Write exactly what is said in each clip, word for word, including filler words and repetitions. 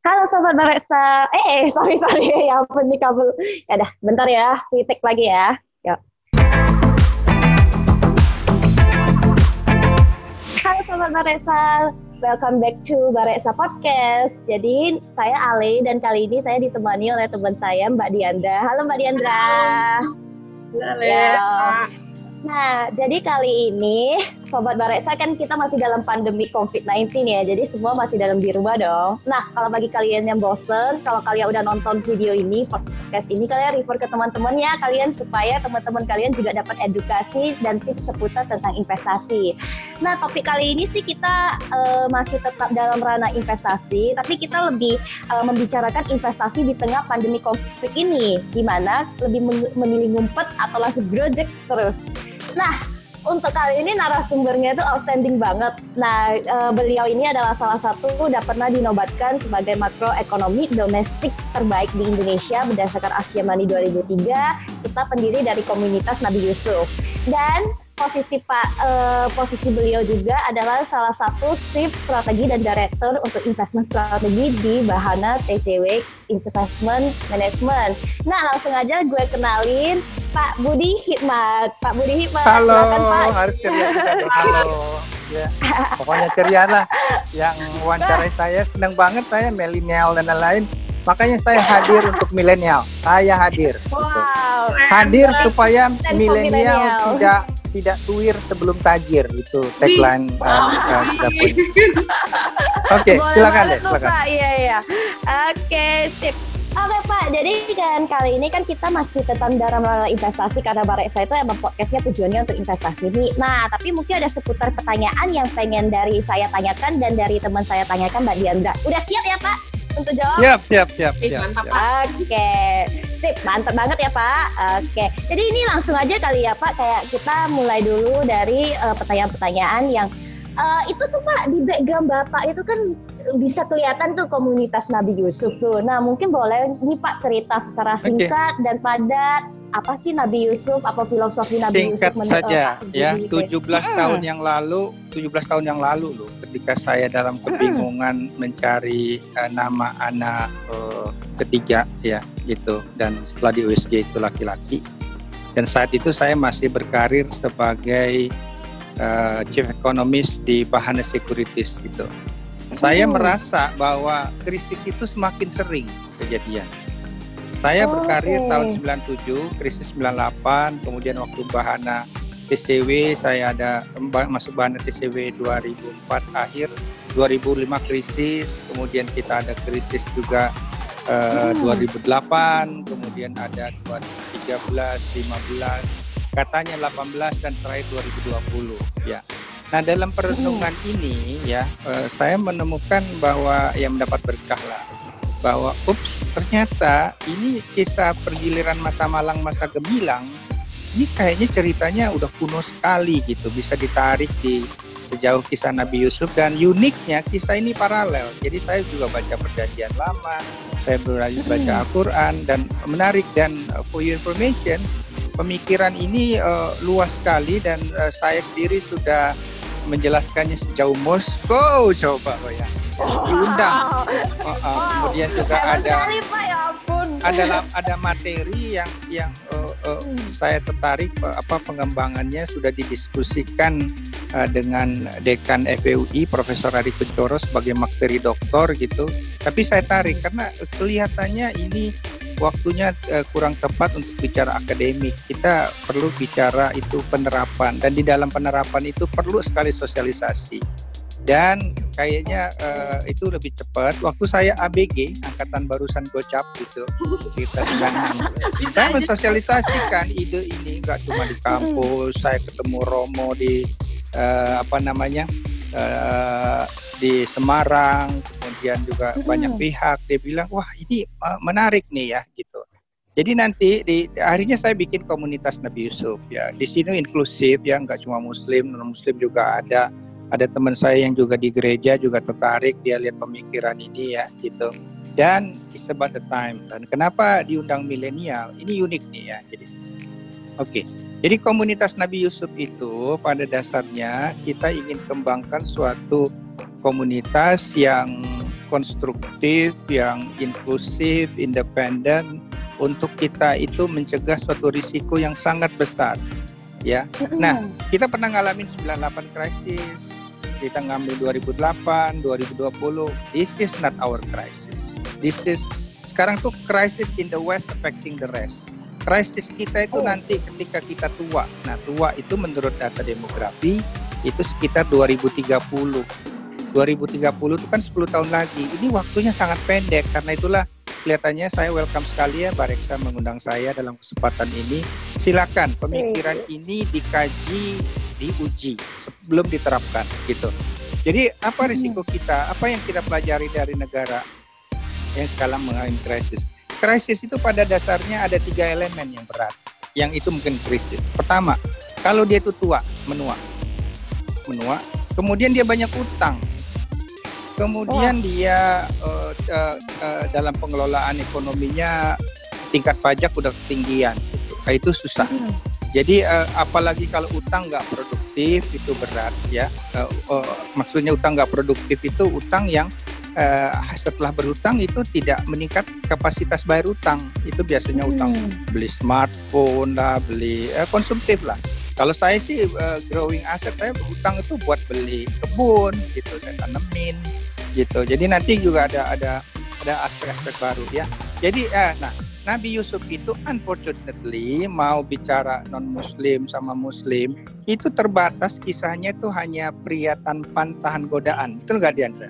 Halo Sobat Bareksa. Eh, eh, sorry, sorry. Ya ampun, nih kabel. Ya dah, bentar ya. Retake lagi ya. Yuk. Halo Sobat Bareksa. Welcome back to Bareksa Podcast. Jadi, saya Ale dan kali ini saya ditemani oleh teman saya, Mbak Diandra. Halo Mbak Diandra. Halo. Ya. Nah, jadi kali ini Sobat Bareksa kan kita masih dalam pandemi covid sembilan belas ya, jadi semua masih dalam di rumah dong. Nah, kalau bagi kalian yang bosen, kalau kalian udah nonton video ini, podcast ini, kalian refer ke teman-teman ya kalian supaya teman-teman kalian juga dapat edukasi dan tips seputar tentang investasi. Nah, topik kali ini sih kita uh, masih tetap dalam ranah investasi, tapi kita lebih uh, membicarakan investasi di tengah pandemi covid ini, di mana lebih memilih ngumpet atau langsung grojek terus. Nah, untuk kali ini narasumbernya itu outstanding banget. Nah, e, beliau ini adalah salah satu udah pernah dinobatkan sebagai makroekonomi domestik terbaik di Indonesia berdasarkan Asia Money dua ribu tiga, serta pendiri dari komunitas Nabi Yusuf. Dan posisi Pak e, posisi beliau juga adalah salah satu Chief Strategi dan Director untuk Investment Strategi di Bahana T C W Investment Management. Nah, langsung aja gue kenalin Pak Budi Hikmat. Pak Budi Hikmat. Halo, silakan, Pak. harus ceria juga. Halo. Ya, pokoknya ceria lah. Yang wawancarai saya senang banget, saya milenial dan lain-lain. Makanya saya hadir untuk milenial. Saya hadir. Wow. Gitu. Hadir supaya Dan milenial tidak tidak tuir sebelum tajir, itu tagline uh, uh, Oke, silakan deh, silakan. Iya, iya. Oke, sip. Oke Pak, jadi kan kali ini kan kita masih tetap dalam ranah investasi karena Bareksa itu emang podcastnya tujuannya untuk investasi nih. Nah, tapi mungkin ada seputar pertanyaan yang pengen dari saya tanyakan dan dari teman saya tanyakan Mbak Diandra. Udah siap ya Pak untuk jawab? Siap, siap, siap. siap, Mantap, siap. Pak. Oke, sip, mantap banget ya Pak. Oke, jadi ini langsung aja kali ya Pak, kayak kita mulai dulu dari uh, pertanyaan-pertanyaan yang Uh, itu tuh Pak, di background Bapak itu kan bisa kelihatan tuh komunitas Nabi Yusuf tuh. Nah, mungkin boleh nih Pak cerita secara singkat okay. dan padat, apa sih Nabi Yusuf, apa filosofi Nabi Singkat Yusuf? Singkat saja, uh, ya, tujuh belas hmm. tahun yang lalu, tujuh belas tahun yang lalu loh, ketika saya dalam kebingungan hmm. mencari uh, nama anak uh, ketiga, ya, gitu. Dan setelah di U S G itu laki-laki. Dan saat itu saya masih berkarir sebagai Uh, Chief Economist di Bahana Securities gitu. Saya hmm. merasa bahwa krisis itu semakin sering kejadian. Saya oh, berkarir okay. tahun sembilan puluh tujuh, krisis sembilan puluh delapan, kemudian waktu Bahana T C W saya ada masuk Bahana T C W dua ribu empat akhir, dua ribu lima krisis, kemudian kita ada krisis juga uh, hmm. dua ribu delapan, kemudian ada dua ribu tiga belas, lima belas, katanya delapan belas dan terakhir dua ribu dua puluh ya. Nah, dalam perenungan hmm. ini ya uh, saya menemukan bahwa yang mendapat berkah lah bahwa ups ternyata ini kisah pergiliran masa malang masa gemilang ini kayaknya ceritanya udah kuno sekali gitu, bisa ditarik di sejauh kisah Nabi Yusuf dan uniknya kisah ini paralel. Jadi saya juga baca Perjanjian Lama, saya belajar baca Al-Quran dan menarik dan uh, for your information pemikiran ini uh, luas sekali dan uh, saya sendiri sudah menjelaskannya sejauh Moskow, coba ya diundang. Uh, uh, wow. Kemudian juga Hebat ada sekali, Pak, ya ampun. ada ada materi yang yang uh, uh, hmm. saya tertarik uh, apa pengembangannya sudah didiskusikan uh, dengan dekan F E U I Profesor Ari Kuncoro sebagai materi doktor gitu. Tapi saya tarik karena kelihatannya ini waktunya uh, kurang tepat untuk bicara akademik. Kita perlu bicara itu penerapan dan di dalam penerapan itu perlu sekali sosialisasi. Dan kayaknya uh, itu lebih cepat. Waktu saya A B G, angkatan barusan gocap gitu, kita sedang saya mensosialisasikan ide ini nggak cuma di kampus. Saya ketemu Romo di uh, apa namanya uh, di Semarang, kemudian juga hmm. banyak pihak dia bilang wah ini uh, menarik nih ya gitu. Jadi nanti di, di akhirnya saya bikin komunitas Nabi Yusuf ya. Di sini inklusif ya, nggak cuma Muslim, non Muslim juga ada. Ada teman saya yang juga di gereja juga tertarik, dia lihat pemikiran ini ya gitu. Dan it's about the time. Dan kenapa diundang milenial? Ini unik nih ya. Jadi oke. Okay. Jadi komunitas Nabi Yusuf itu pada dasarnya kita ingin kembangkan suatu komunitas yang konstruktif, yang inklusif, independen untuk kita itu mencegah suatu risiko yang sangat besar. Ya, nah kita pernah ngalamin sembilan puluh delapan krisis, kita ngambil dua ribu delapan, dua ribu dua puluh. This is not our crisis. This is sekarang tuh crisis in the West affecting the rest. Krisis kita itu oh. nanti ketika kita tua. Nah, tua itu menurut data demografi itu sekitar dua ribu tiga puluh. dua ribu tiga puluh itu kan sepuluh tahun lagi. Ini waktunya sangat pendek, karena itulah kelihatannya saya welcome sekali ya Mbak Reksa mengundang saya dalam kesempatan ini. Silakan pemikiran ini dikaji, diuji sebelum diterapkan gitu. Jadi apa risiko kita? Apa yang kita pelajari dari negara yang sekarang mengalami krisis? Krisis itu pada dasarnya ada tiga elemen yang berat, yang itu mungkin krisis. Pertama, kalau dia itu tua, menua, menua, kemudian dia banyak utang. Kemudian oh. dia uh, uh, uh, dalam pengelolaan ekonominya tingkat pajak udah ketinggian, gitu. Nah, itu susah. Hmm. Jadi uh, apalagi kalau utang nggak produktif itu berat ya. Uh, uh, maksudnya utang nggak produktif itu utang yang uh, setelah berutang itu tidak meningkat kapasitas bayar utang. Itu biasanya hmm. utang beli smartphone lah, beli uh, konsumtif lah. Kalau saya sih uh, growing asset, saya utang itu buat beli kebun gitu, saya tanemin gitu. Jadi nanti juga ada ada ada aspek-aspek baru ya. Jadi eh, nah Nabi Yusuf itu unfortunately mau bicara non Muslim sama Muslim itu terbatas, kisahnya itu hanya pria tampan tahan godaan. Betul nggak Diandra?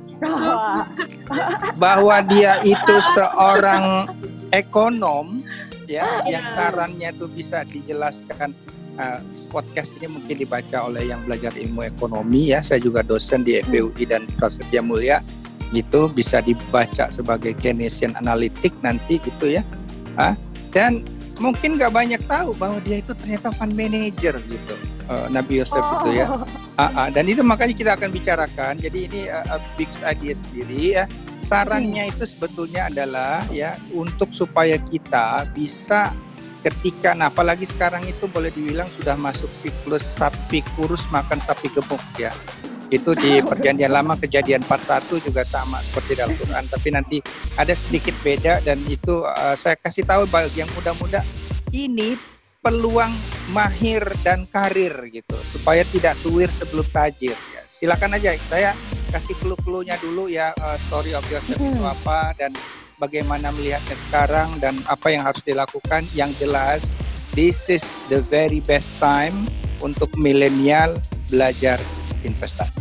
Bahwa dia itu seorang ekonom ya, yang sarannya itu bisa dijelaskan. Uh, podcast ini mungkin dibaca oleh yang belajar ilmu ekonomi ya. Saya juga dosen di F P U I dan Prasetya Mulia gitu, bisa dibaca sebagai Keynesian analitik nanti gitu ya. Ah, dan mungkin nggak banyak tahu bahwa dia itu ternyata fund manager gitu, uh, Nabi Yusuf oh. itu ya. Ah, ah, dan itu makanya kita akan bicarakan. Jadi ini uh, big idea sendiri ya. Sarannya itu sebetulnya adalah ya untuk supaya kita bisa ketika, nah apalagi sekarang itu boleh dibilang sudah masuk siklus sapi kurus makan sapi gemuk ya. Itu di perjanjian lama kejadian empat puluh satu juga sama seperti dalam Quran, tapi nanti ada sedikit beda. Dan itu uh, saya kasih tahu bagi yang muda-muda, ini peluang mahir dan karir gitu, supaya tidak tuir sebelum tajir ya. Silakan aja, saya kasih clue-cluenya dulu ya, uh, story of yourself hmm. itu apa dan bagaimana melihatnya sekarang dan apa yang harus dilakukan. Yang jelas, this is the very best time untuk milenial belajar investasi.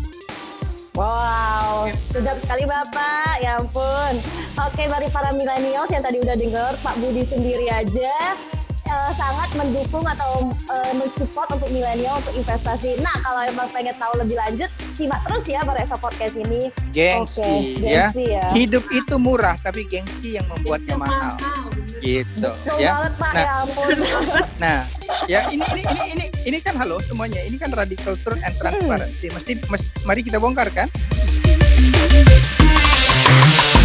Wow, sedap sekali Bapak, ya ampun. Oke, bagi para milenial yang tadi udah dengar, Pak Budi sendiri aja uh, sangat mendukung atau uh, mensupport untuk milenial untuk investasi. Nah, kalau emang pengen tahu lebih lanjut, simak terus ya Bareksa Podcast ini. Gengsi, okay, gengsi ya. ya. Hidup itu murah, tapi gengsi yang membuatnya mahal. Gitu betul ya. banget, Pak, nah, ya ampun. Nah, ya ini ini ini ini ini kan halo semuanya. Ini kan radical truth and transparency. Mesti, mesti mari kita bongkar kan?